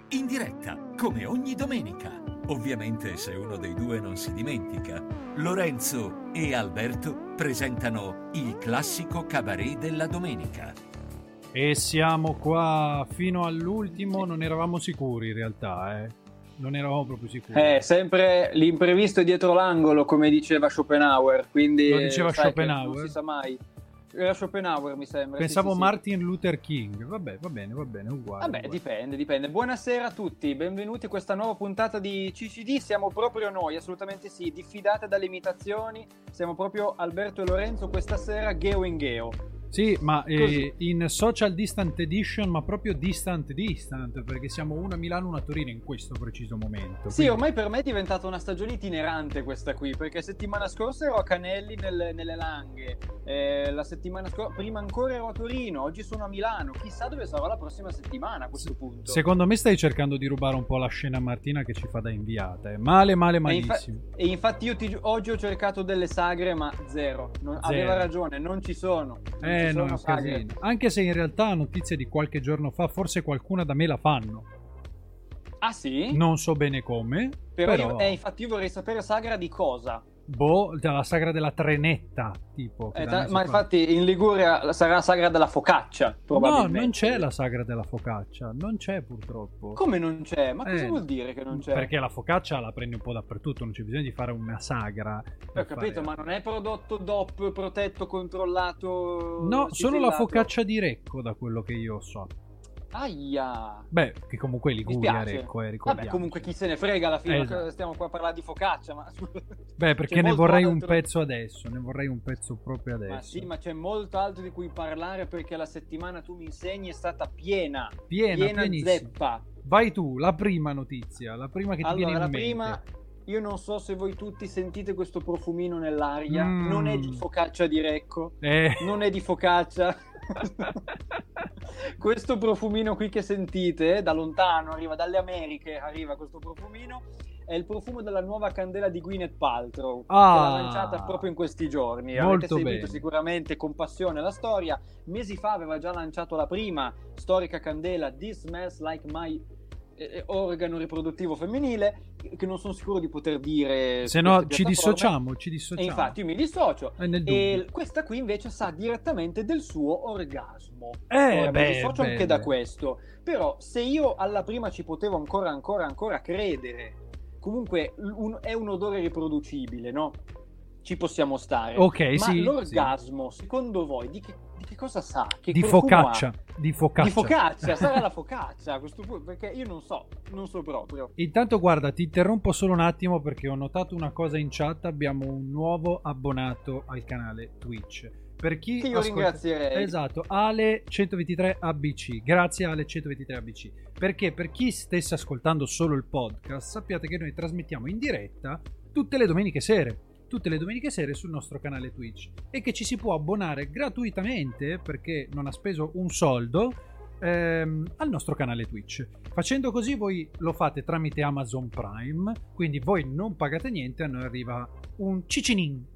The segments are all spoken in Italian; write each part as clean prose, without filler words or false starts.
in diretta, come ogni domenica. Ovviamente se uno dei due non si dimentica. Lorenzo e Alberto presentano il classico cabaret della domenica. E siamo qua fino all'ultimo, non eravamo sicuri in realtà, non eravamo proprio sicuri. Sempre l'imprevisto è dietro l'angolo, come diceva Schopenhauer, quindi lo diceva Schopenhauer? Non si sa mai. Era Schopenhauer, mi sembra. Pensavo sì. Martin Luther King. Vabbè, va bene, uguale. Vabbè, dipende. Buonasera a tutti, benvenuti a questa nuova puntata di CCD. Siamo proprio noi, assolutamente sì, diffidate dalle imitazioni. Siamo proprio Alberto e Lorenzo questa sera, Geo in Geo. Sì, ma in social distant edition, ma proprio distant, perché siamo uno a Milano, uno a Torino in questo preciso momento. Sì, quindi... ormai per me è diventata una stagione itinerante questa qui, perché settimana scorsa ero a Canelli nelle Langhe, la settimana scorsa, prima ancora ero a Torino, oggi sono a Milano, chissà dove sarò la prossima settimana a questo punto. Secondo me stai cercando di rubare un po' la scena Martina che ci fa da inviata, malissimo. E infatti io oggi ho cercato delle sagre, ma zero. Aveva ragione, non ci sono. No, è un casino. Anche se in realtà notizie di qualche giorno fa, forse qualcuna da me la fanno. Ah sì? Non so bene come. Però... infatti io vorrei sapere sagra di cosa. La sagra della trenetta, tipo. Ma infatti in Liguria sarà la sagra della focaccia, probabilmente. No, non c'è la sagra della focaccia, non c'è purtroppo. Come non c'è? Ma cosa vuol dire che non c'è? Perché la focaccia la prendi un po' dappertutto, non c'è bisogno di fare una sagra. Ho capito, ma non è prodotto DOP, protetto, controllato? No, solo la focaccia di Recco, da quello che io so. Aia. Beh, che comunque Liguria, Recco, ricordiamo. Vabbè, comunque chi se ne frega alla fine, stiamo qua a parlare di focaccia, ma... Beh, perché ne vorrei un pezzo adesso, ne vorrei un pezzo proprio adesso. Ma sì, ma c'è molto altro di cui parlare, perché la settimana, tu mi insegni, è stata piena zeppa. Vai tu, la prima notizia, la prima che ti viene in mente. Prima, io non so se voi tutti sentite questo profumino nell'aria, non è di focaccia di Recco, non è di focaccia. Questo profumino qui che sentite da lontano, arriva dalle Americhe, arriva questo profumino, è il profumo della nuova candela di Gwyneth Paltrow, che l'ha lanciata proprio in questi giorni. Avete seguito sicuramente con passione la storia. Mesi fa aveva già lanciato la prima storica candela This Smells Like My organo riproduttivo femminile, che non sono sicuro di poter dire, se no ci dissociamo. E infatti io mi dissocio, e questa qui invece sa direttamente del suo orgasmo. Mi dissocio anche da questo, però se io alla prima ci potevo ancora credere, comunque è un odore riproducibile, no? Ci possiamo stare. Ok, ma l'orgasmo, secondo voi, di che cosa sa? Di focaccia. Di focaccia, sarà la focaccia a questo punto, perché io non so proprio. Intanto guarda, ti interrompo solo un attimo perché ho notato una cosa in chat, abbiamo un nuovo abbonato al canale Twitch. Per chi che io ringrazierei. Esatto, Ale 123 ABC. Grazie Ale 123 ABC. Perché per chi stesse ascoltando solo il podcast, sappiate che noi trasmettiamo in diretta tutte le domeniche sere sul nostro canale Twitch, e che ci si può abbonare gratuitamente, perché non ha speso un soldo, al nostro canale Twitch. Facendo così voi lo fate tramite Amazon Prime, quindi voi non pagate niente, a noi arriva un cicinin,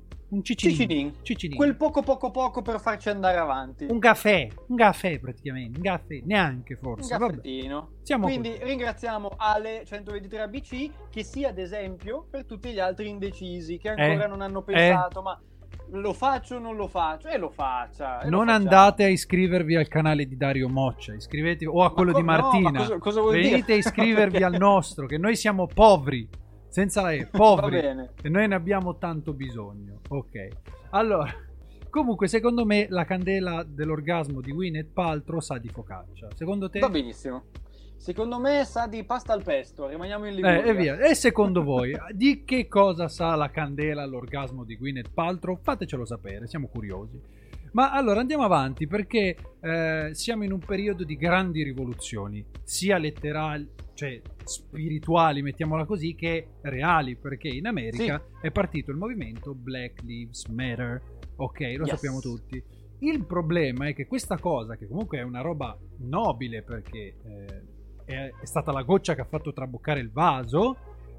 quel poco per farci andare avanti, un caffè praticamente, neanche forse, un caffettino. Quindi ringraziamo Ale 123 ABC, che sia ad esempio per tutti gli altri indecisi che ancora non hanno pensato ma lo faccio o non lo faccio, e lo faccia, non andate a iscrivervi al canale di Dario Moccia, iscrivetevi, o a quello di Martina, no, cosa vuol venite dire? A iscrivervi al nostro, che noi siamo poveri, senza la poveri, e noi ne abbiamo tanto bisogno. Ok, allora, comunque secondo me la candela dell'orgasmo di Gwyneth Paltrow sa di focaccia. Secondo te? Va benissimo. Secondo me sa di pasta al pesto, rimaniamo in Liguria. E via. E secondo voi, di che cosa sa la candela all'orgasmo di Gwyneth Paltrow? Fatecelo sapere, siamo curiosi. Ma allora andiamo avanti, perché siamo in un periodo di grandi rivoluzioni, sia letterali, cioè spirituali, mettiamola così, che reali, perché in America è partito il movimento Black Lives Matter, ok, lo sappiamo tutti. Il problema è che questa cosa, che comunque è una roba nobile, perché è stata la goccia che ha fatto traboccare il vaso,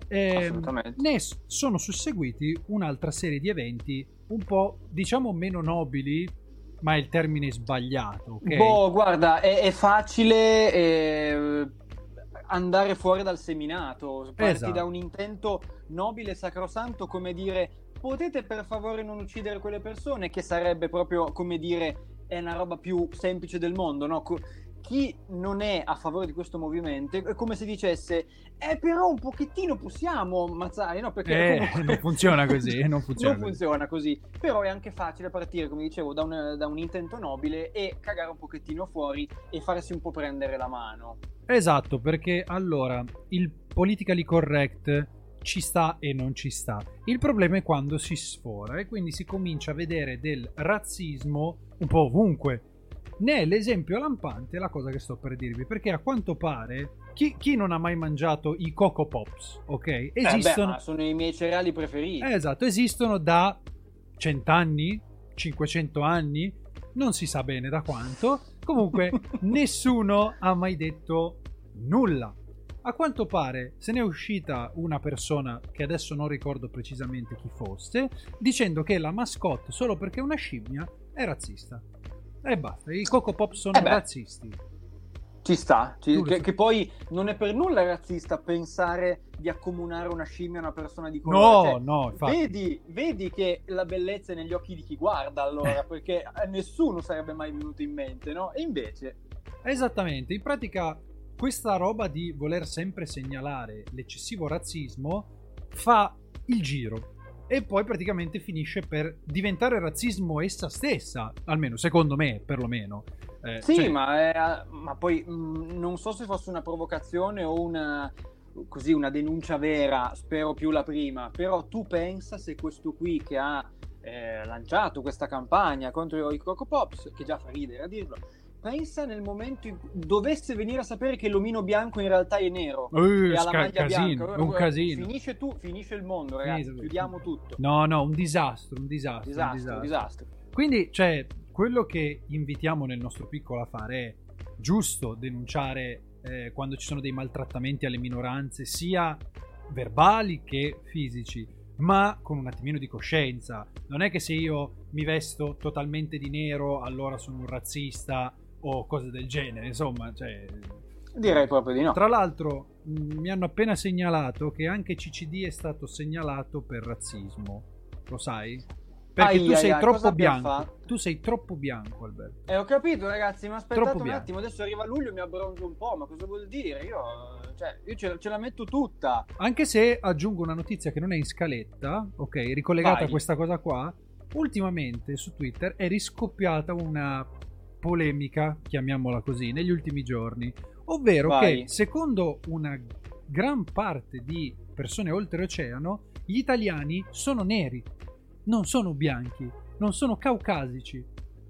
ne sono susseguiti un'altra serie di eventi un po', diciamo, meno nobili, ma è il termine sbagliato, ok? Guarda, è facile andare fuori dal seminato, parti Esatto. da un intento nobile e sacrosanto, come dire, potete per favore non uccidere quelle persone, che sarebbe proprio, come dire, è una roba più semplice del mondo, no? Chi non è a favore di questo movimento è come se dicesse però un pochettino possiamo ammazzare, no? Perché comunque non funziona così, non funziona così. Però è anche facile partire, come dicevo, da un intento nobile e cagare un pochettino fuori e farsi un po' prendere la mano. Esatto, perché allora il politically correct ci sta e non ci sta. Il problema è quando si sfora e quindi si comincia a vedere del razzismo un po' ovunque. Ne è l'esempio lampante la cosa che sto per dirvi, perché a quanto pare chi non ha mai mangiato i Coco Pops, ok? Esistono, sono i miei cereali preferiti. Esatto, esistono da 100 anni, 500 anni, non si sa bene da quanto. Comunque nessuno ha mai detto nulla. A quanto pare se ne è uscita una persona, che adesso non ricordo precisamente chi fosse, dicendo che la mascotte, solo perché è una scimmia, è razzista. E basta, i Coco Pop sono razzisti. Ci sta, che poi non è per nulla razzista pensare di accomunare una scimmia a una persona di colore. No, infatti. Vedi che la bellezza è negli occhi di chi guarda, allora, perché a nessuno sarebbe mai venuto in mente, no? E invece... Esattamente, in pratica questa roba di voler sempre segnalare l'eccessivo razzismo fa il giro. E poi praticamente finisce per diventare razzismo essa stessa, almeno secondo me, perlomeno. Sì, ma poi non so se fosse una provocazione o una denuncia vera, spero più la prima, però tu pensa se questo qui che ha lanciato questa campagna contro i Coco Pops, che già fa ridere a dirlo, pensa nel momento in cui dovesse venire a sapere che l'omino bianco in realtà è nero e ha la maglia bianca, un casino. Finisce il mondo, ragazzi, chiudiamo tutto. No, un disastro. Quindi, quello che invitiamo nel nostro piccolo a fare è giusto denunciare quando ci sono dei maltrattamenti alle minoranze, sia verbali che fisici, ma con un attimino di coscienza. Non è che se io mi vesto totalmente di nero allora sono un razzista o cose del genere, insomma, direi proprio di no. Tra l'altro mi hanno appena segnalato che anche CCD è stato segnalato per razzismo, lo sai? Perché tu sei troppo bianco. Tu sei troppo bianco, Alberto. Ho capito, ragazzi, ma aspettate un attimo, adesso arriva luglio e mi abbronzo un po', ma cosa vuol dire? Io ce la metto tutta. Anche se aggiungo una notizia che non è in scaletta, ok, ricollegata a questa cosa qua. Ultimamente su Twitter è riscoppiata una polemica, chiamiamola così, negli ultimi giorni, ovvero che secondo una gran parte di persone oltreoceano gli italiani sono neri, non sono bianchi, non sono caucasici.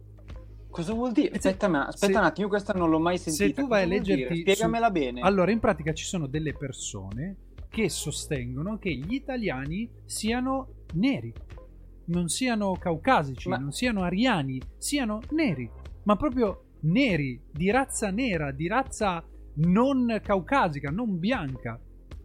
Cosa vuol dire? Aspetta un attimo, io questa non l'ho mai sentita. Se tu vai a leggerti, spiegamela bene. Allora, in pratica ci sono delle persone che sostengono che gli italiani siano neri, non siano caucasici, non siano ariani, siano neri, ma proprio neri, di razza nera, di razza non caucasica, non bianca.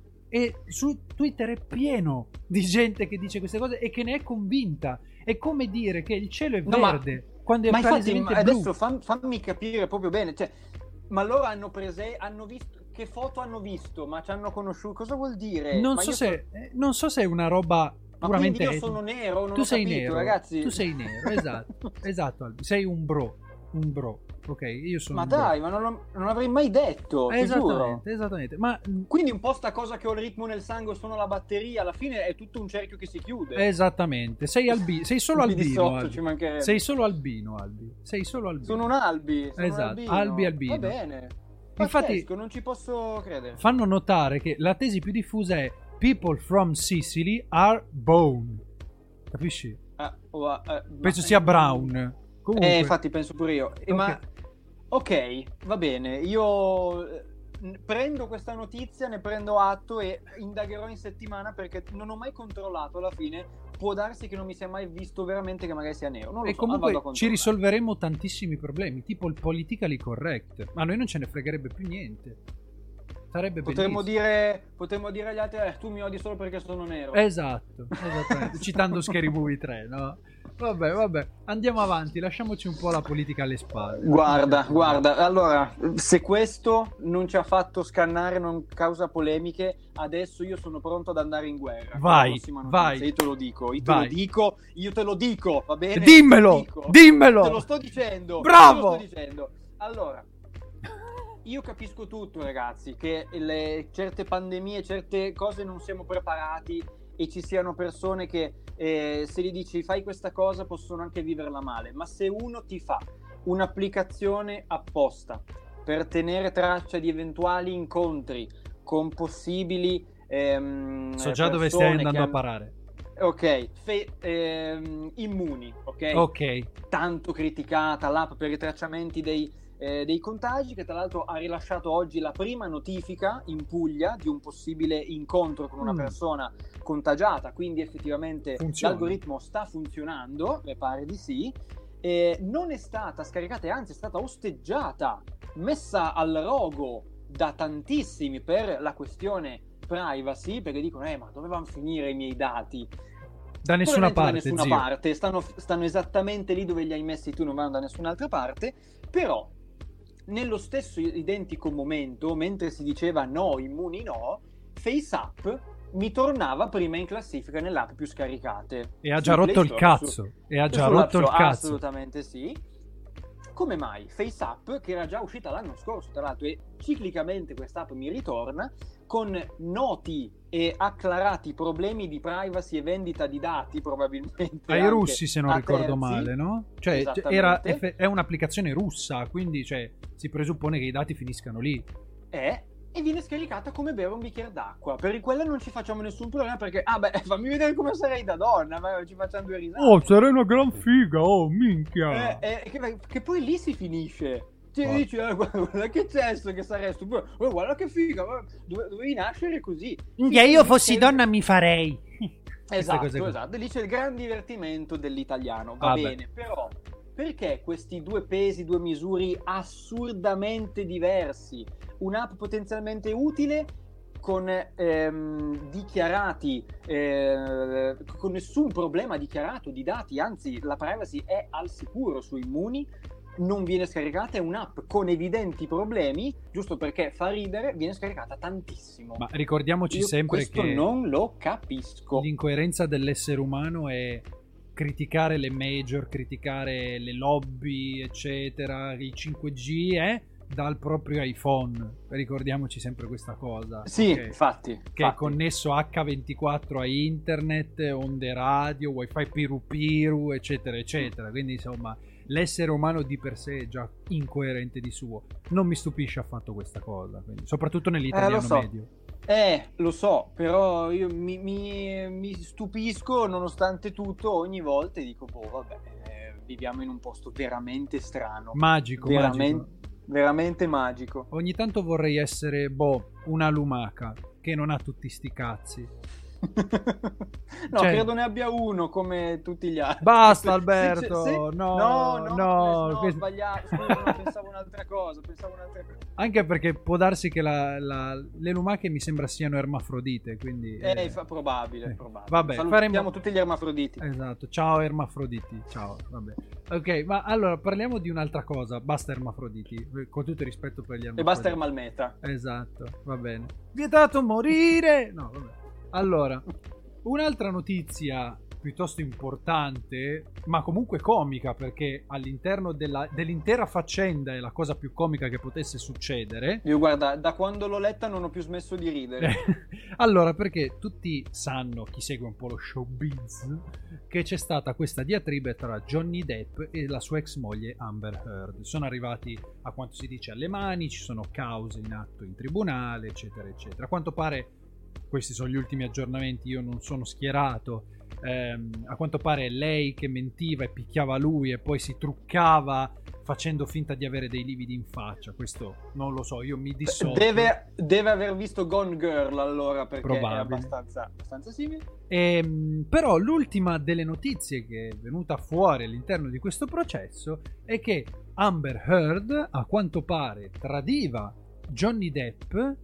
E su Twitter è pieno di gente che dice queste cose e che ne è convinta. È come dire che il cielo è verde quando è palesemente blu. Adesso fammi capire proprio bene, ma loro hanno visto che foto hanno visto, ma ci hanno conosciuto, cosa vuol dire? Non so se è una roba puramente io sono nero, non tu ho sei capito, nero, ragazzi. Tu sei nero, esatto, Albi. Sei un bro, ok, io sono ma non avrei mai detto, esattamente, ma quindi un po' sta cosa che ho il ritmo nel sangue, sono la batteria, alla fine è tutto un cerchio che si chiude. Esattamente, sei solo albino, Albi. Sei solo albino, Albi. Sono un Albi, esatto, albino. Va bene. Infatti non ci posso credere. Fanno notare che la tesi più diffusa è people from Sicily are brown. Capisci? Penso sia brown. Comunque. Infatti penso pure io. Ma ok, va bene. Io prendo questa notizia, ne prendo atto e indagherò in settimana, perché non ho mai controllato alla fine. Può darsi che non mi sia mai visto veramente che magari sia nero. Non lo so, comunque ci risolveremo tantissimi problemi, tipo il politically correct. Ma a noi non ce ne fregherebbe più niente. Sarebbe potremmo dire agli altri, tu mi odi solo perché sono nero. Esatto, esattamente. Citando Scary Movie 3, no? Vabbè, andiamo avanti, lasciamoci un po' la politica alle spalle. Guarda, allora, se questo non ci ha fatto scannare, non causa polemiche, adesso io sono pronto ad andare in guerra. Vai. Io te lo dico, va bene? Dimmelo! Te lo sto dicendo. Bravo! Allora, io capisco tutto, ragazzi, che certe pandemie, certe cose non siamo preparati e ci siano persone che se gli dici fai questa cosa possono anche viverla male, ma se uno ti fa un'applicazione apposta per tenere traccia di eventuali incontri con possibili so già dove stai andando a parare. Ok, immuni, ok, tanto criticata l'app per i tracciamenti dei contagi, che tra l'altro ha rilasciato oggi la prima notifica in Puglia di un possibile incontro con una persona contagiata, quindi effettivamente l'algoritmo sta funzionando, mi pare di sì. Non è stata scaricata, anzi è stata osteggiata, messa al rogo da tantissimi per la questione privacy, perché dicono ma dovevano finire i miei dati? Da nessuna parte, stanno esattamente lì dove li hai messi tu, non vanno da nessun'altra parte. Però nello stesso identico momento, mentre si diceva no, immuni no, FaceApp mi tornava prima in classifica nelle app più scaricate. E ha già rotto il cazzo. Assolutamente sì. Come mai? FaceApp, che era già uscita l'anno scorso, tra l'altro, e ciclicamente quest'app mi ritorna con noti e acclarati problemi di privacy e vendita di dati, probabilmente ai russi, se non ricordo terzi. Male, no? Cioè è un'applicazione russa, quindi si presuppone che i dati finiscano lì. E viene scaricata come bere un bicchiere d'acqua. Per quella non ci facciamo nessun problema, perché fammi vedere come sarei da donna, ma ci facciamo due risate. Sarei una gran figa, minchia. Che poi lì si finisce. Ti dici, guarda che cesso che sarei stupido, guarda che figa, dovevi nascere così. Io fossi donna mi farei. Esatto. Lì c'è il gran divertimento dell'italiano, va bene, però perché questi due pesi, due misure assurdamente diversi? Un'app potenzialmente utile con dichiarati, con nessun problema dichiarato di dati, anzi la privacy è al sicuro su Immuni, non viene scaricata, è un'app con evidenti problemi, giusto perché fa ridere, viene scaricata tantissimo. Ma ricordiamoci sempre questo che non lo capisco. L'incoerenza dell'essere umano è criticare le major, criticare le lobby, eccetera, il 5G dal proprio iPhone. Ricordiamoci sempre questa cosa. Sì, infatti. Che è connesso H24 a internet, onde radio, wifi piru, eccetera, eccetera. Quindi insomma l'essere umano di per sé è già incoerente di suo. Non mi stupisce affatto questa cosa, quindi, soprattutto nell'italiano medio. Lo so, però io mi stupisco nonostante tutto ogni volta e dico, viviamo in un posto veramente strano. Magico. Veramente magico. Ogni tanto vorrei essere, una lumaca che non ha tutti sti cazzi. Credo ne abbia uno come tutti gli altri. Basta Alberto. No, ho sbagliato. Scusa, pensavo un'altra cosa. Anche perché può darsi che le lumache mi sembra siano ermafrodite, quindi probabile. Vabbè, salutiamo tutti gli ermafroditi. Esatto, ciao ermafroditi. Ciao, vabbè. Ok, ma allora parliamo di un'altra cosa. Basta ermafroditi, con tutto il rispetto per gli ermafroditi. E basta Ermalmeta. Esatto, va bene. Vietato morire. No, vabbè. Allora, un'altra notizia piuttosto importante, ma comunque comica, perché all'interno dell'intera faccenda è la cosa più comica che potesse succedere. Io guarda, da quando l'ho letta non ho più smesso di ridere. Allora, perché tutti sanno, chi segue un po' lo showbiz, che c'è stata questa diatriba tra Johnny Depp e la sua ex moglie Amber Heard. Sono arrivati, a quanto si dice, alle mani, ci sono cause in atto in tribunale, eccetera, eccetera. A quanto pare, questi sono gli ultimi aggiornamenti, io non sono schierato, a quanto pare è lei che mentiva e picchiava lui e poi si truccava facendo finta di avere dei lividi in faccia. Questo non lo so, io mi dissocio. Deve aver visto Gone Girl, allora, perché probabile. È abbastanza simile. Però l'ultima delle notizie che è venuta fuori all'interno di questo processo è che Amber Heard a quanto pare tradiva Johnny Depp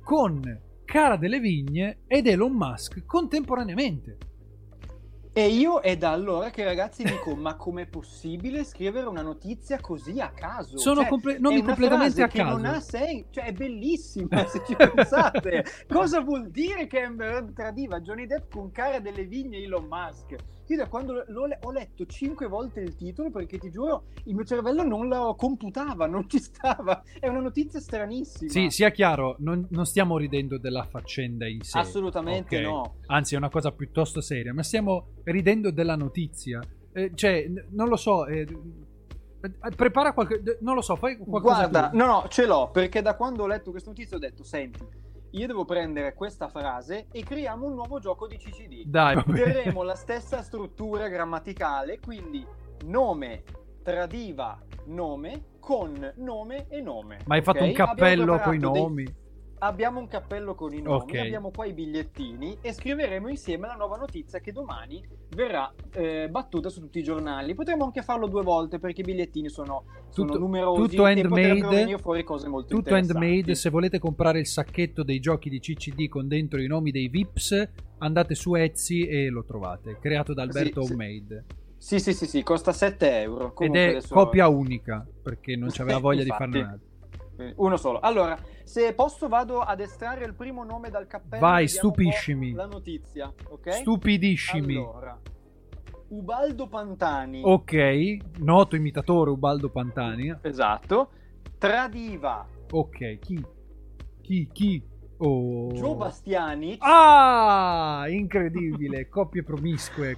con Cara Delevingne ed Elon Musk contemporaneamente. E io è da allora che, ragazzi, dico: ma com'è possibile scrivere una notizia così a caso? Sono nomi completamente a caso. Non ha senso, cioè è bellissima se ci pensate. Cosa vuol dire che Amber Heard tradiva Johnny Depp con Cara Delevingne e Elon Musk? Io da quando ho letto 5 volte il titolo, perché ti giuro il mio cervello non lo computava, non ci stava. È una notizia stranissima. Sì, sia chiaro, non stiamo ridendo della faccenda in sé. Assolutamente no. Anzi, è una cosa piuttosto seria, ma stiamo ridendo della notizia. Cioè, non lo so, prepara qualche... Non lo so, fai qualcosa. Guarda, no, ce l'ho, perché da quando ho letto questa notizia ho detto: senti, io devo prendere questa frase e creiamo un nuovo gioco di CCD. Dai, terremo la stessa struttura grammaticale, quindi nome, tradiva, nome, con nome e nome. Ma hai fatto un cappello con i nomi? Abbiamo un cappello con i nomi, abbiamo qua i bigliettini e scriveremo insieme la nuova notizia che domani verrà battuta su tutti i giornali. Potremmo anche farlo 2 volte perché i bigliettini sono numerosi tutto e potrebbero venire fuori cose molto interessanti. Tutto handmade. Se volete comprare il sacchetto dei giochi di CCD con dentro i nomi dei Vips, andate su Etsy e lo trovate, creato da Alberto Homemade. Sì, costa 7 euro. Comunque ed è copia unica, perché non c'aveva voglia di farne un altro. Uno solo. Allora, se posso vado ad estrarre il primo nome dal cappello. Vai, stupiscimi. La notizia, ok? Stupidissimi. Allora, Ubaldo Pantani. Ok, noto imitatore Ubaldo Pantani. Esatto. Tradiva. Ok, chi? Oh. Joe Bastianic. Ah, incredibile. Coppie promiscue.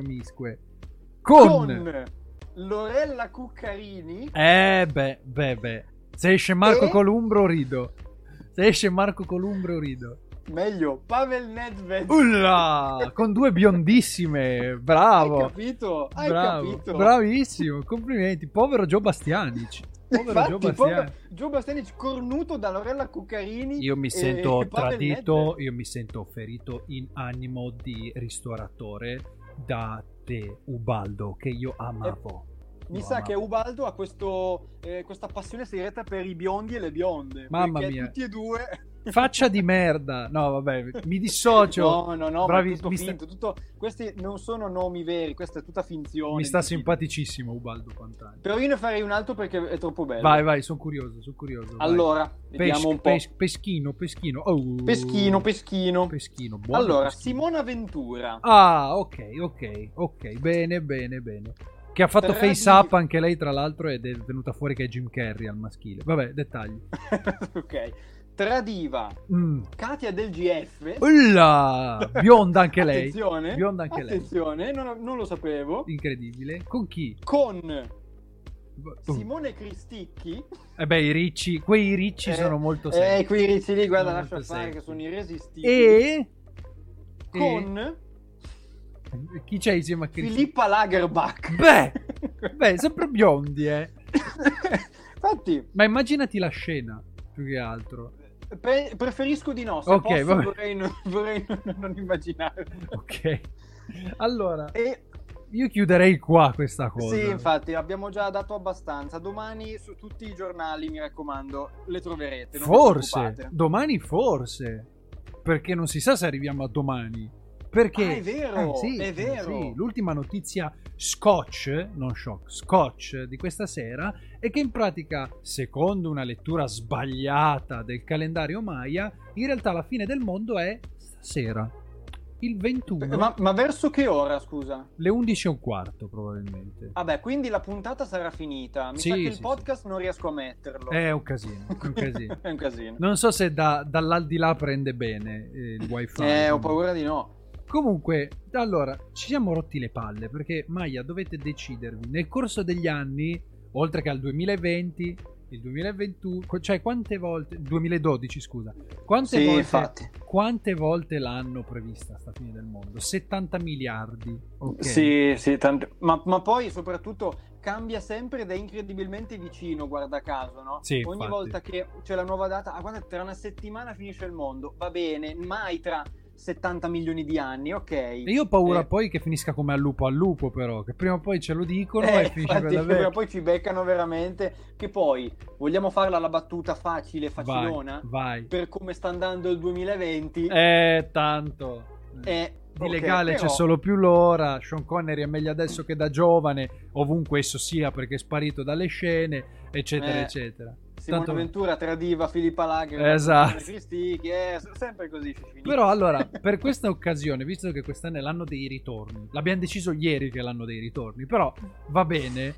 Con Lorella Cuccarini. Beh. Se esce Marco Columbro rido. Meglio, Pavel Nedved. Ulla! Con 2 biondissime. Bravo. Hai capito. Bravissimo. Complimenti. Povero Joe Bastianic. Joe Bastianic cornuto da Lorella Cuccarini. Io mi sento tradito. Io mi sento ferito in animo di ristoratore da te, Ubaldo, che io amavo. Mi sa che Ubaldo ha questa passione segreta per i biondi e le bionde. Mamma mia. Tutti e due. Faccia di merda. No, vabbè, mi dissocio. No, bravi, tutto finto. Questi non sono nomi veri, questa è tutta finzione. Mi sta simpaticissimo Ubaldo Pantani. Però io ne farei un altro perché è troppo bello. Vai, sono curioso. Allora, vediamo un po'. Peschino. Oh. Peschino. Buono, allora, Peschino. Simona Ventura. Ah, ok. Bene. Che ha fatto face up anche lei, tra l'altro, ed è venuta fuori che è Jim Carrey al maschile. Vabbè, dettagli. Ok. Tradiva. Katia del GF. Ulla! Bionda anche lei. Attenzione, non lo sapevo. Incredibile. Con chi? Con Simone Cristicchi. I ricci. Quei ricci sono molto seri. Quei ricci lì, guarda, lascia fare che sono irresistibili. E con chi c'è insieme a Cristicchi? Filippa Lagerbach. Beh, sempre biondi, Infatti. Ma immaginati la scena, più che altro. Preferisco di no, se posso, vorrei non immaginare. Ok. Allora, io chiuderei qua questa cosa. Sì, infatti, abbiamo già dato abbastanza. Domani su tutti i giornali, mi raccomando, le troverete. Domani forse. Perché non si sa se arriviamo a domani. Perché è vero, è vero. Sì, l'ultima notizia scotch di questa sera è che in pratica, secondo una lettura sbagliata del calendario Maya, in realtà la fine del mondo è stasera, il 21. Ma verso che ora, scusa? Le 11:15 probabilmente. Vabbè, quindi la puntata sarà finita. Mi sa che il podcast non riesco a metterlo. È un casino. È un casino. Non so se dall'aldilà prende bene il wifi. Ho paura di no. Comunque, allora, ci siamo rotti le palle perché, Maya, dovete decidervi nel corso degli anni, oltre che al 2020, il 2021, cioè quante volte, 2012 scusa, quante volte l'hanno prevista sta fine del mondo? 70 miliardi. Okay. Sì, tanto. Ma poi soprattutto cambia sempre ed è incredibilmente vicino, guarda caso, no? Sì, ogni volta che c'è la nuova data, guarda, tra una settimana finisce il mondo, va bene, mai tra 70 milioni di anni, ok. E io ho paura poi che finisca come al lupo, però, che prima o poi ce lo dicono e finisce per prima o poi ci beccano veramente, che poi vogliamo farla la battuta facilona? Vai. Per come sta andando il 2020. Tanto. Di legale però... c'è solo più l'ora. Sean Connery è meglio adesso che da giovane, ovunque esso sia, perché è sparito dalle scene, eccetera, eccetera. Simone Ventura tradiva Filippa Laghi, esatto. Cristichi, è sempre così. Però allora, per questa occasione, visto che quest'anno è l'anno dei ritorni, l'abbiamo deciso ieri che è l'anno dei ritorni, però va bene,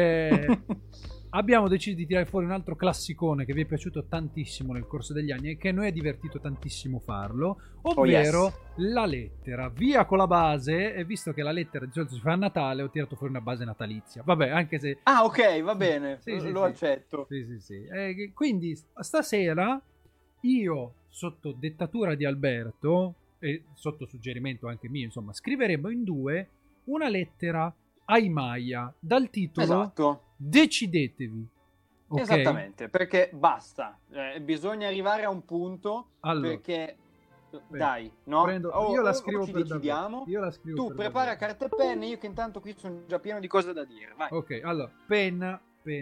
abbiamo deciso di tirare fuori un altro classicone che vi è piaciuto tantissimo nel corso degli anni e che a noi è divertito tantissimo farlo, ovvero la lettera. Via con la base, e visto che la lettera di solito si fa a Natale, ho tirato fuori una base natalizia. Vabbè, anche se... Ah, ok, va bene, lo accetto. Sì. Quindi stasera io, sotto dettatura di Alberto e sotto suggerimento anche mio, insomma, scriveremo in due una lettera ai Maya dal titolo Decidetevi. Okay? Esattamente, perché basta, bisogna arrivare a un punto, perché dai, no? Io la scrivo ci per decidiamo. Io la scrivo tu prepara carta e penna, io che intanto qui sono già pieno di cose da dire. Vai. Ok, allora, penna,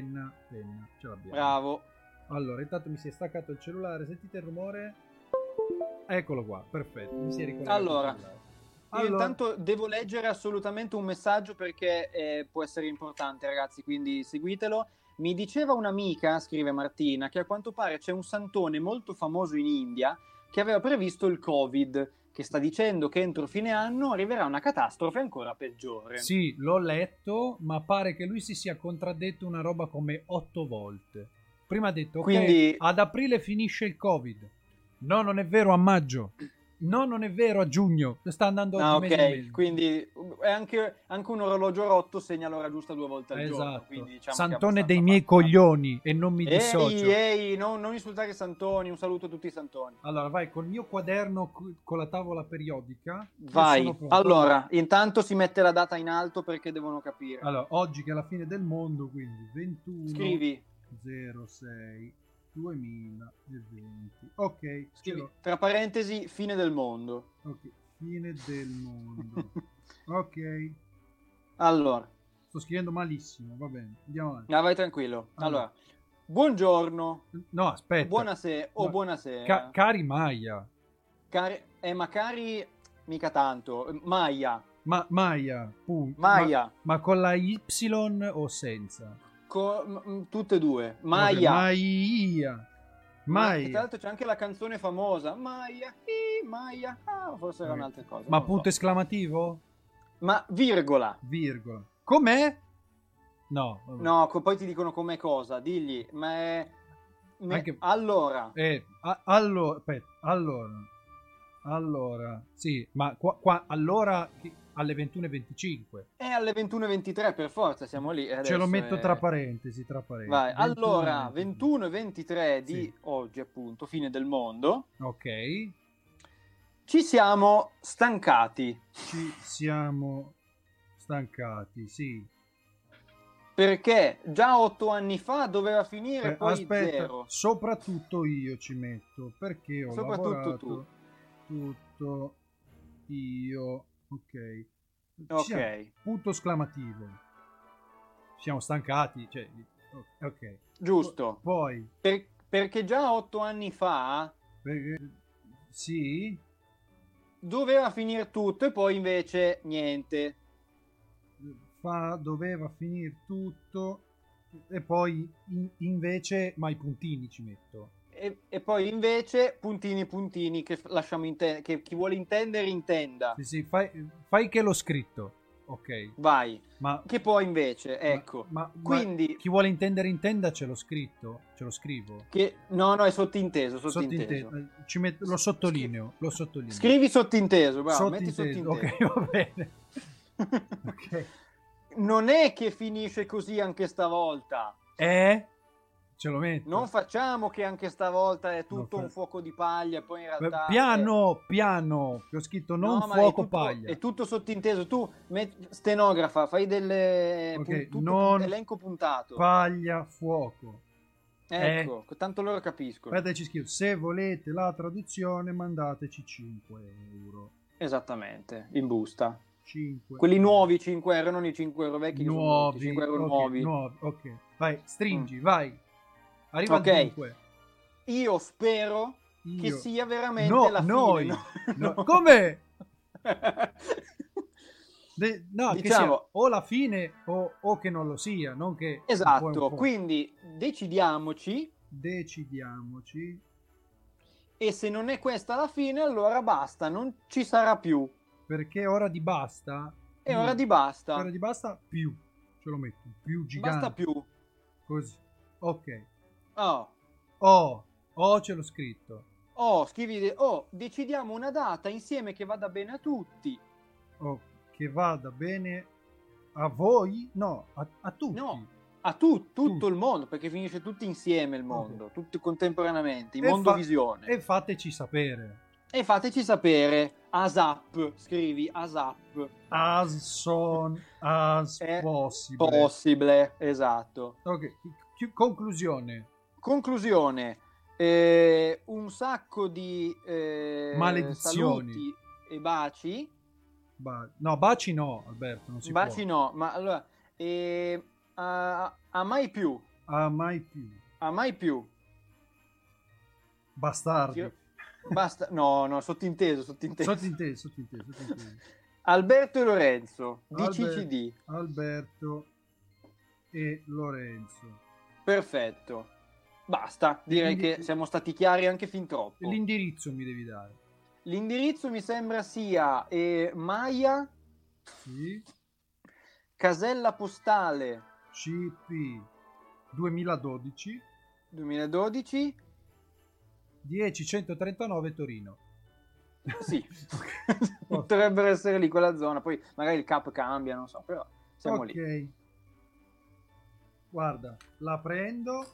ce l'abbiamo. Bravo. Allora, intanto mi si è staccato il cellulare, sentite il rumore? Eccolo qua, perfetto, mi si è ricollegato il cellulare. Io intanto devo leggere assolutamente un messaggio perché può essere importante, ragazzi, quindi seguitelo. Mi diceva un'amica, scrive Martina, che a quanto pare c'è un santone molto famoso in India che aveva previsto il Covid, che sta dicendo che entro fine anno arriverà una catastrofe ancora peggiore. Sì, l'ho letto, ma pare che lui si sia contraddetto una roba come 8 volte. Prima ha detto, quindi... ad aprile finisce il Covid. No, non è vero, a maggio. No, non è vero, a giugno. Sta andando oggi meglio. Quindi è anche un orologio rotto segna l'ora giusta 2 volte al giorno. Quindi, diciamo, Santone dei miei coglioni e non mi dissocio. Non insultare i santoni, un saluto a tutti i santoni. Allora vai, col mio quaderno con la tavola periodica. Vai, allora, intanto si mette la data in alto perché devono capire. Allora, oggi che è la fine del mondo, quindi 21 Scrivi 06 2020. Ok, tra parentesi, fine del mondo. Ok, fine del mondo. Ok. Allora, sto scrivendo malissimo, va bene. Andiamo avanti. No, vai tranquillo. Allora, buongiorno. No, aspetta. Buonasera. Buonasera. Cari Maya. Ma cari mica tanto. Maya. Maya. Maya. Ma con la Y o senza? Tutte e due. Maya. Maya. Tra l'altro c'è anche la canzone famosa Maya, Maya. Forse era un'altra cosa. Ma punto esclamativo? Ma virgola. Com'è? No, poi ti dicono com'è cosa. Digli, ma è... Anche... Allora. Allora. Sì, ma qua allora... alle 21:25 è alle 21:23 per forza, siamo lì. Ce lo metto tra parentesi. Vai, allora 21:23 di oggi, appunto, fine del mondo. Ok. Ci siamo stancati, sì. Perché già 8 anni fa doveva finire, poi aspetta, 0. Soprattutto io ci metto, perché ho lavorato tutto io. Ok. Punto esclamativo. Siamo stancati, cioè, ok. Giusto. Poi perché già 8 anni fa sì, doveva finire tutto e poi invece niente. Doveva finire tutto e poi invece mai puntini ci metto. E poi invece puntini che lasciamo che chi vuole intendere intenda. Sì, fai che l'ho scritto. Ok. Vai. Ma che poi invece, ecco. Quindi chi vuole intendere intenda, ce l'ho scritto, ce lo scrivo. No, è sottinteso. Lo sottolineo. Scrivi sottinteso, bravo, metti sottinteso. Ok, va bene. Ok. Non è che finisce così anche stavolta. Ce lo metto. Non facciamo che anche stavolta è tutto un fuoco di paglia e poi in realtà... Piano, che ho scritto non fuoco paglia. È tutto sottinteso. Tu, stenografa, fai delle... Okay, elenco puntato. Paglia, fuoco. Ecco, tanto loro capiscono. Aspetta, ci scrivo: se volete la traduzione mandateci 5 euro. Esattamente, in busta. 5. Quelli nuovi 5 euro, non i 5 euro vecchi, nuovi, 5 euro okay, nuovi. Ok, vai, stringi, vai. Arriva al dunque. Io spero che sia veramente la fine. No. Come? No, diciamo, che sia o la fine o che non lo sia, non che... Esatto, quindi decidiamoci. E se non è questa la fine, allora basta, non ci sarà più. Perché è ora di basta? È ora di basta. Ora di basta più. Ce lo metto, più gigante. Basta più. Così. Ok. Ce l'ho scritto. Scrivi, decidiamo una data insieme che vada bene a tutti. Che vada bene a voi? No, a tutti. No, a tutto il mondo, perché finisce tutti insieme il mondo, tutti contemporaneamente, in mondovisione. E fateci sapere. ASAP, scrivi ASAP. As soon as possible. Possibile, esatto. Ok, conclusione. Un sacco di maledizioni saluti e baci. No, baci no, Alberto, non si può. Baci no, ma allora a mai più. Bastardi. Basta, no, sottinteso. Alberto e Lorenzo di CCD. Alberto e Lorenzo. Perfetto. Basta, direi che siamo stati chiari anche fin troppo. L'indirizzo mi devi dare. L'indirizzo mi sembra sia Maia. Sì. Casella postale CP 2012 10139 Torino. Sì. Potrebbero essere lì quella zona, poi magari il cap cambia, non so, però siamo lì. Ok. Guarda, la prendo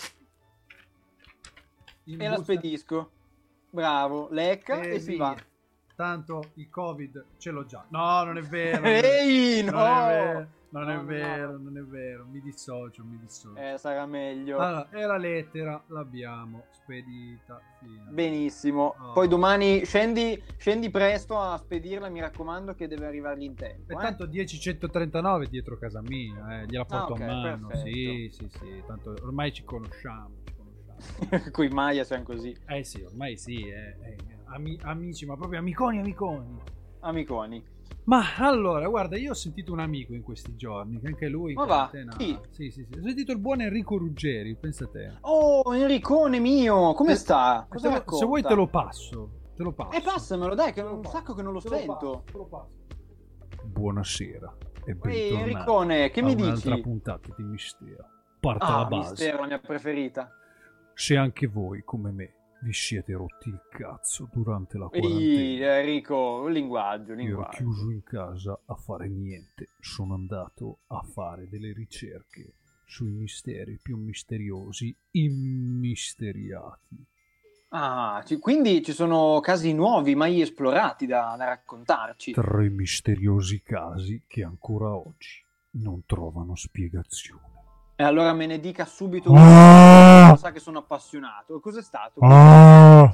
e la spedisco. Bravo, lecca e si va. Tanto il Covid ce l'ho già. No, non è vero. Ehi, non è vero. Mi dissocio. Sarà meglio. Allora, e la lettera l'abbiamo spedita. Benissimo. Poi domani scendi presto a spedirla, mi raccomando, che deve arrivargli in tempo. E tanto 10139 dietro casa mia, gliela porto a mano. Perfetto. Sì. Tanto ormai ci conosciamo. Coi Maya siamo così. Sì, ormai sì, amici, ma proprio amiconi. Ma allora, guarda, io ho sentito un amico in questi giorni, che anche lui in quarantena. Sì. Ho sentito il buon Enrico Ruggeri, pensa te. Oh, Enricone mio, come sta? Cosa racconta? Se vuoi te lo passo. Passamelo, dai, che è un sacco che non lo sento. Te lo passo. Buonasera e bentornati. Enricone, che mi dici? Un'altra puntata di Mistero. Parte la base. Mistero, la mia preferita. Se anche voi, come me, vi siete rotti il cazzo durante la quarantena. Enrico, un linguaggio. Io ero chiuso in casa a fare niente. Sono andato a fare delle ricerche sui misteri più misteriosi, immisteriati. Quindi ci sono casi nuovi, mai esplorati da raccontarci. 3 misteriosi casi che ancora oggi non trovano spiegazione. E allora me ne dica subito uno, sa che sono appassionato. Cos'è stato? No.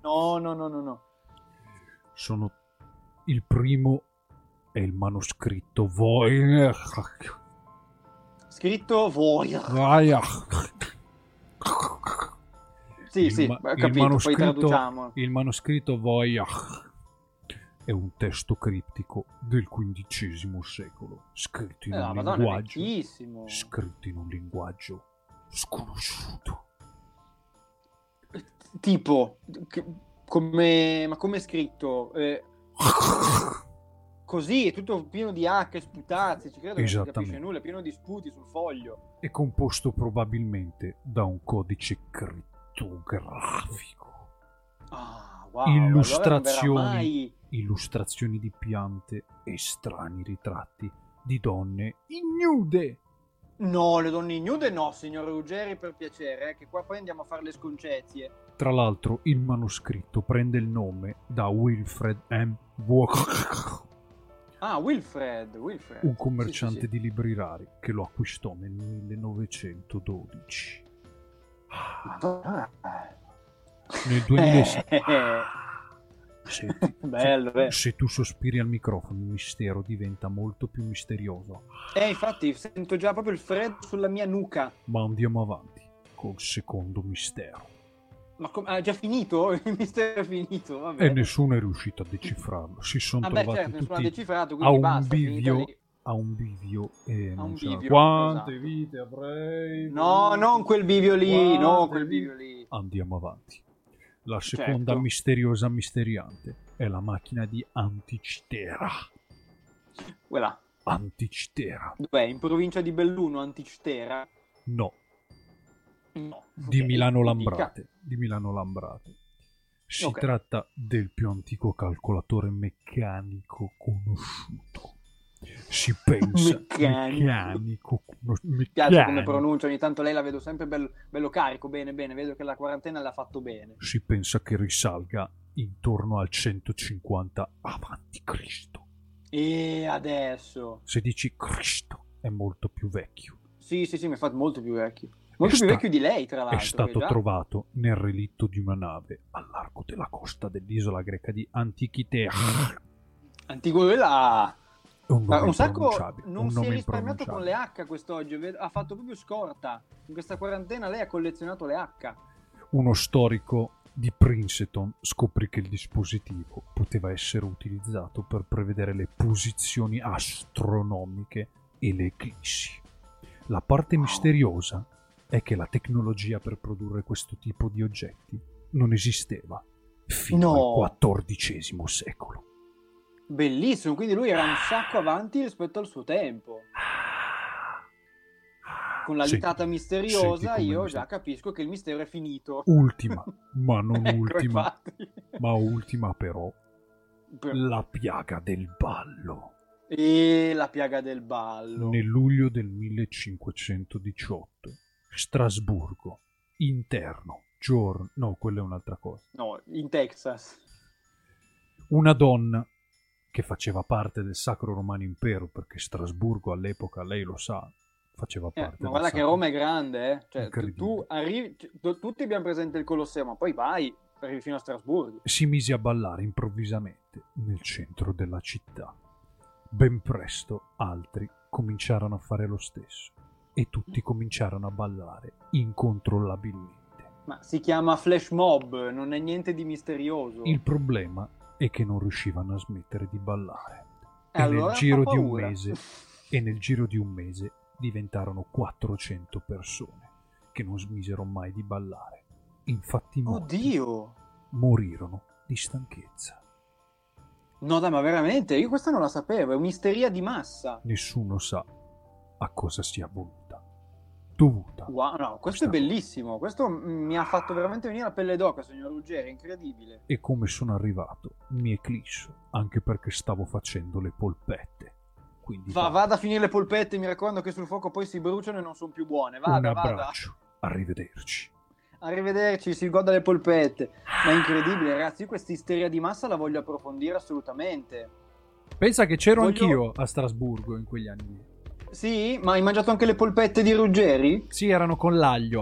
Sono il primo è il manoscritto Voyager. Scritto Voyager. Sì, ho capito, poi traduciamo. Il manoscritto Voyager è un testo criptico del XV secolo, scritto in un linguaggio sconosciuto. Tipo, come è scritto? Così, è tutto pieno di H, sputazzi, ci credo che non si capisce nulla, è pieno di sputi sul foglio. È composto probabilmente da un codice crittografico. Wow, illustrazioni di piante e strani ritratti di donne ignude. No, le donne ignude no, signor Ruggeri, per piacere, che qua poi andiamo a fare le sconcezie. Tra l'altro il manoscritto prende il nome da Wilfred M. Wilfred. Un commerciante di libri rari che lo acquistò nel 1912. Madonna. Nel 2006. Bello, se tu sospiri al microfono, il mistero diventa molto più misterioso. Infatti sento già proprio il freddo sulla mia nuca. Ma andiamo avanti col secondo mistero. Ma ha già finito? Il mistero è finito, vabbè. E nessuno è riuscito a decifrarlo. Si sono trovati tutti a un bivio e non so quante vite avrei. No, non quel bivio lì, Andiamo avanti. La seconda misteriosa misteriante è la macchina di Anticitera. Quella. Anticitera. Dov'è? In provincia di Belluno, Anticitera? No. No. Di Milano Lambrate. Si tratta del più antico calcolatore meccanico conosciuto. Si pensa meccanico. Mi piace come pronuncia, ogni tanto lei la vedo sempre bello carico, bene, vedo che la quarantena l'ha fatto bene. Si pensa che risalga intorno al 150 avanti Cristo. E adesso? Se dici Cristo è molto più vecchio. Sì, mi fa molto più vecchio. Molto più vecchio di lei, tra l'altro. È stato trovato nel relitto di una nave al largo della costa dell'isola greca di Antichitera. Antiquità. Un sacco non si è risparmiato con le H quest'oggi, ha fatto proprio scorta. In questa quarantena lei ha collezionato le H. Uno storico di Princeton scoprì che il dispositivo poteva essere utilizzato per prevedere le posizioni astronomiche e le eclissi. La parte misteriosa è che la tecnologia per produrre questo tipo di oggetti non esisteva fino al XIV secolo. Bellissimo, quindi lui era un sacco avanti rispetto al suo tempo. Con la litata misteriosa io già capisco che il mistero è finito. Ultima, ma non ultima. Infatti. Ma ultima però, la piaga del ballo. E la piaga del ballo. Nel luglio del 1518, Strasburgo, interno, no, quella è un'altra cosa. No, in Texas. Una donna che faceva parte del Sacro Romano Impero, perché Strasburgo all'epoca, lei lo sa, faceva parte ma guarda che Roma è grande, eh? Cioè, tu arrivi, tutti abbiamo presente il Colosseo, ma poi arrivi fino a Strasburgo. Si mise a ballare improvvisamente nel centro della città. Ben presto altri cominciarono a fare lo stesso e tutti cominciarono a ballare incontrollabilmente. Ma si chiama flash mob, non è niente di misterioso. Il problema è che non riuscivano a smettere di ballare. E allora nel giro di un mese diventarono 400 persone che non smisero mai di ballare. Infatti morirono di stanchezza. No dai, ma veramente? Io questa non la sapevo, è un'isteria di massa. Nessuno sa a cosa sia dovuta. Wow, no, questo è bellissimo. Questo mi ha fatto veramente venire la pelle d'oca, signor Ruggeri, è incredibile. E come sono arrivato? Mi eclisso, anche perché stavo facendo le polpette. Quindi vada a finire le polpette, mi raccomando che sul fuoco poi si bruciano e non sono più buone. Un abbraccio, arrivederci. Arrivederci, si goda le polpette. Ma è incredibile, ragazzi, io questa isteria di massa la voglio approfondire assolutamente. Pensa che c'ero anch'io a Strasburgo in quegli anni lì. Sì? Ma hai mangiato anche le polpette di Ruggeri? Sì, erano con l'aglio.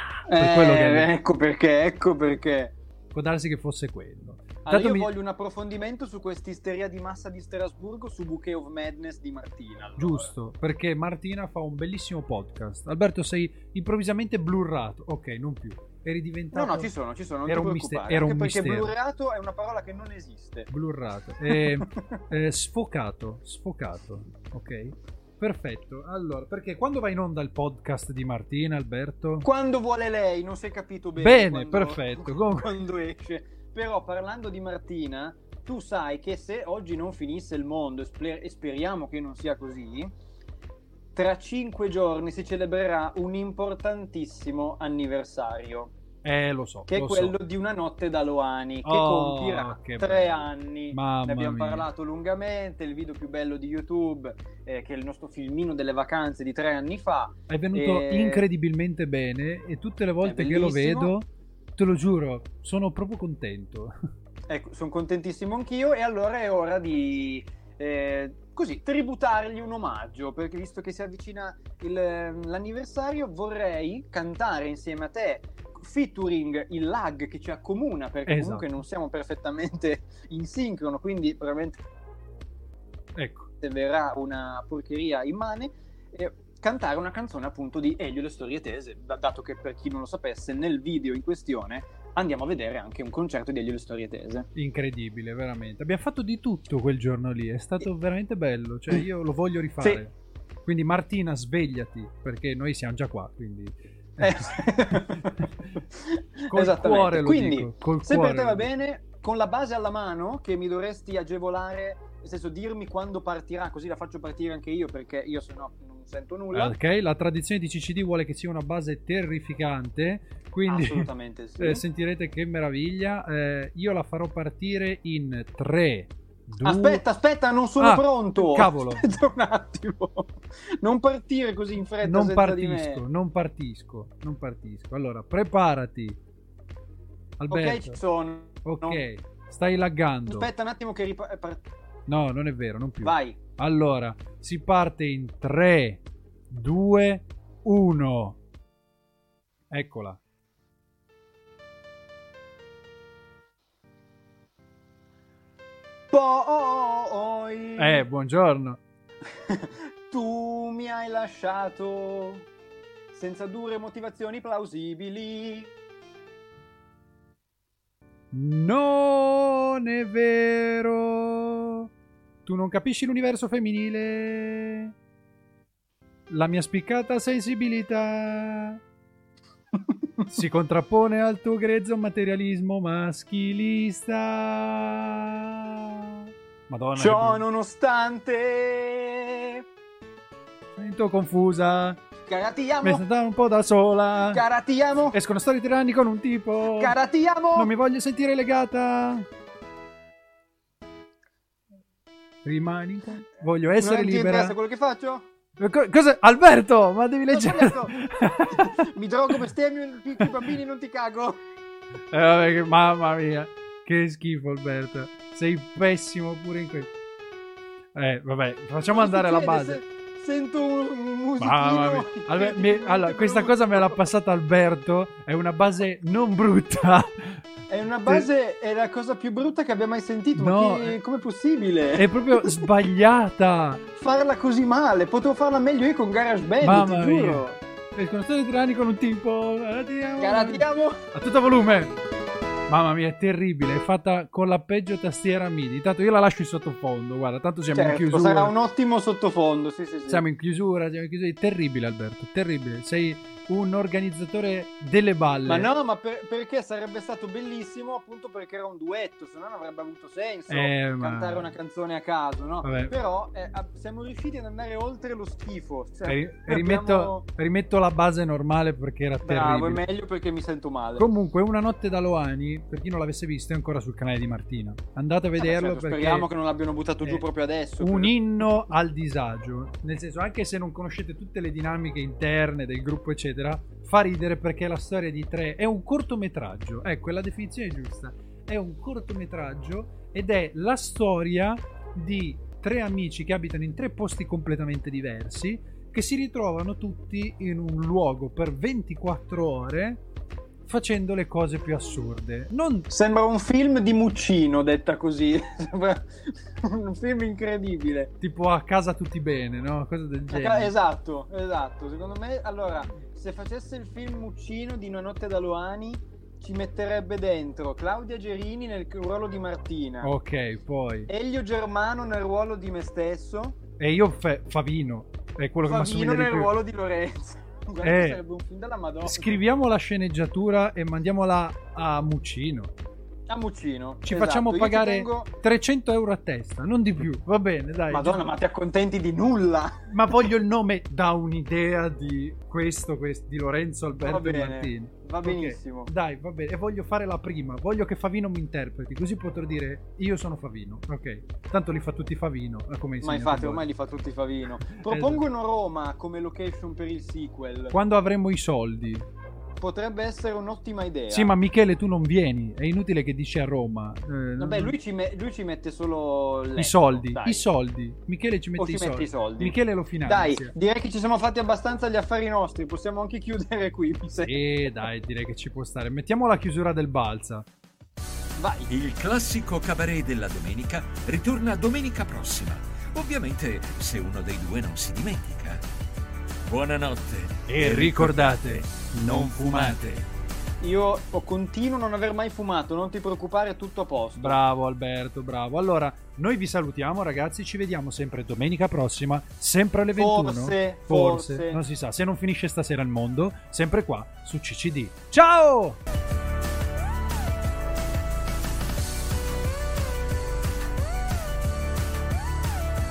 Ecco perché. Può darsi che fosse quello. Allora io voglio un approfondimento su quest'isteria di massa di Strasburgo su Bouquet of Madness di Martina. Allora. Giusto, perché Martina fa un bellissimo podcast. Alberto, sei improvvisamente blurrato. Ok, non più. Eri diventato... No, ci sono, non era ti un preoccupare. Era anche un perché mistero. blurrato è una parola che non esiste. Blurrato. Sfocato, ok? Perfetto. Allora, perché quando va in onda il podcast di Martina, Alberto? Quando vuole lei, non si è capito bene. Perfetto. Quando esce. Però parlando di Martina, tu sai che se oggi non finisse il mondo, e speriamo che non sia così, tra 5 giorni si celebrerà un importantissimo anniversario. Lo so. Che è quello di Una notte da Loani, che compirà 3 anni. Mamma ne abbiamo mia. parlato lungamente, il video più bello di YouTube, che è il nostro filmino delle vacanze di 3 anni fa. È venuto incredibilmente bene e tutte le volte che lo vedo, te lo giuro, sono proprio contento. Ecco, sono contentissimo anch'io e allora è ora di così tributargli un omaggio, perché visto che si avvicina l'anniversario vorrei cantare insieme a te, featuring il lag che ci accomuna, perché comunque non siamo perfettamente in sincrono, quindi probabilmente verrà una porcheria immane, cantare una canzone appunto di Elio e le storie tese, dato che per chi non lo sapesse nel video in questione andiamo a vedere anche un concerto di Elio e le storie tese. Incredibile, veramente. Abbiamo fatto di tutto quel giorno lì, è stato veramente bello, cioè io lo voglio rifare. Sì. Quindi Martina, svegliati, perché noi siamo già qua, quindi col cuore lo quindi, dico, col se cuore per te va bene, con la base alla mano che mi dovresti agevolare, nel senso dirmi quando partirà, così la faccio partire anche io, perché io se no non sento nulla. Ok, la tradizione di CCD vuole che sia una base terrificante, quindi assolutamente sì. Sentirete che meraviglia. Io la farò partire in 3, 2... Aspetta, non sono pronto. Cavolo. Aspetta un attimo. Non partire così in fretta. Non partisco. Allora, preparati. Alberto. Ok, ci sono. Ok, stai laggando. Aspetta un attimo che No, non è vero, non più. Vai. Allora, si parte in 3, 2, 1. Eccola. Poi buongiorno. Tu mi hai lasciato senza dure motivazioni plausibili. Non è vero. Tu non capisci l'universo femminile. La mia spiccata sensibilità si contrappone al tuo grezzo materialismo maschilista. Madonna. Ciò nonostante sento confusa. Cara, ti amo. Mi sto andando un po' da sola. Cara, ti amo. Escono storie tiranni con un tipo. Cara, ti amo. Non mi voglio sentire legata. Rimani. Voglio essere non libera. Non ti interessa quello che faccio? Cosa? Alberto, ma devi leggere. Mi drogo, bestemmio, i bambini non ti cago. Vabbè, mamma mia, che schifo Alberto. Sei pessimo pure in questo. Vabbè, facciamo andare alla base. Sento un musichino. Allora, questa cosa me l'ha passata Alberto. È una base non brutta. È una base, è la cosa più brutta che abbia mai sentito. No, ma com'è possibile? È proprio sbagliata. Farla così male. Potevo farla meglio io con GarageBand, mamma ti giuro. Escono storie tiranni con un tipo. Garatiamo. A tutto volume. Mamma mia, è terribile, è fatta con la peggio tastiera MIDI. Tanto io la lascio in sottofondo, guarda, tanto siamo in chiusura. Sarà un ottimo sottofondo, sì. Siamo in chiusura. È terribile Alberto, terribile. Sei un organizzatore delle balle. Ma no, ma perché sarebbe stato bellissimo, appunto perché era un duetto, se no non avrebbe avuto senso cantare una canzone a caso, no? Vabbè. Però siamo riusciti ad andare oltre lo schifo. Cioè, rimetto la base normale perché era terribile. Bravo, è meglio perché mi sento male. Comunque, Una notte da Loani, per chi non l'avesse visto, è ancora sul canale di Martina. Andate a vederlo, certo, perché speriamo che non l'abbiano buttato giù proprio adesso. Un inno al disagio, nel senso, anche se non conoscete tutte le dinamiche interne del gruppo eccetera, fa ridere perché la storia di 3 è un cortometraggio. Ecco, è la definizione giusta. È un cortometraggio ed è la storia di 3 amici che abitano in 3 posti completamente diversi, che si ritrovano tutti in un luogo per 24 ore facendo le cose più assurde. Sembra un film di Muccino, detta così. Sembra un film incredibile. Tipo A casa tutti bene, no? Cosa del genere. Esatto. Secondo me, allora, se facesse il film Muccino di Una notte da Loani, ci metterebbe dentro Claudia Gerini nel ruolo di Martina. Ok, poi Elio Germano nel ruolo di me stesso. E io Favino. È quello che mi assomiglia di più. Favino nel ruolo di Lorenzo. Guarda, sarebbe un film della Madonna. Scriviamo la sceneggiatura e mandiamola a Muccino. Ci facciamo pagare 300 euro a testa, non di più. Va bene, dai. Madonna, ma ti accontenti di nulla. Ma voglio il nome da un'idea di questo di Lorenzo Alberto Martini. Va benissimo. Okay. Dai, va bene. E voglio fare la prima. Voglio che Favino mi interpreti, così potrò dire io sono Favino. Ok. Tanto li fa tutti Favino. Ma infatti ormai li fa tutti Favino. Propongono Roma come location per il sequel. Quando avremo i soldi. potrebbe essere un'ottima idea. Sì, ma Michele, tu non vieni, è inutile che dici a Roma. Vabbè, lui ci mette solo i soldi, i soldi. Michele ci mette i soldi. Michele lo finanzia. Dai, direi che ci siamo fatti abbastanza gli affari nostri, possiamo anche chiudere qui. Dai, direi che ci può stare. Mettiamo la chiusura del Balza. Vai. Il classico cabaret della domenica ritorna domenica prossima. Ovviamente se uno dei due non si dimentica. Buonanotte e ricordate, non fumate. Io continuo a non aver mai fumato, non ti preoccupare, è tutto a posto. Bravo Alberto, bravo. Allora, noi vi salutiamo ragazzi, ci vediamo sempre domenica prossima, sempre alle 21. Forse. Non si sa, se non finisce stasera il mondo, sempre qua su CCD. Ciao!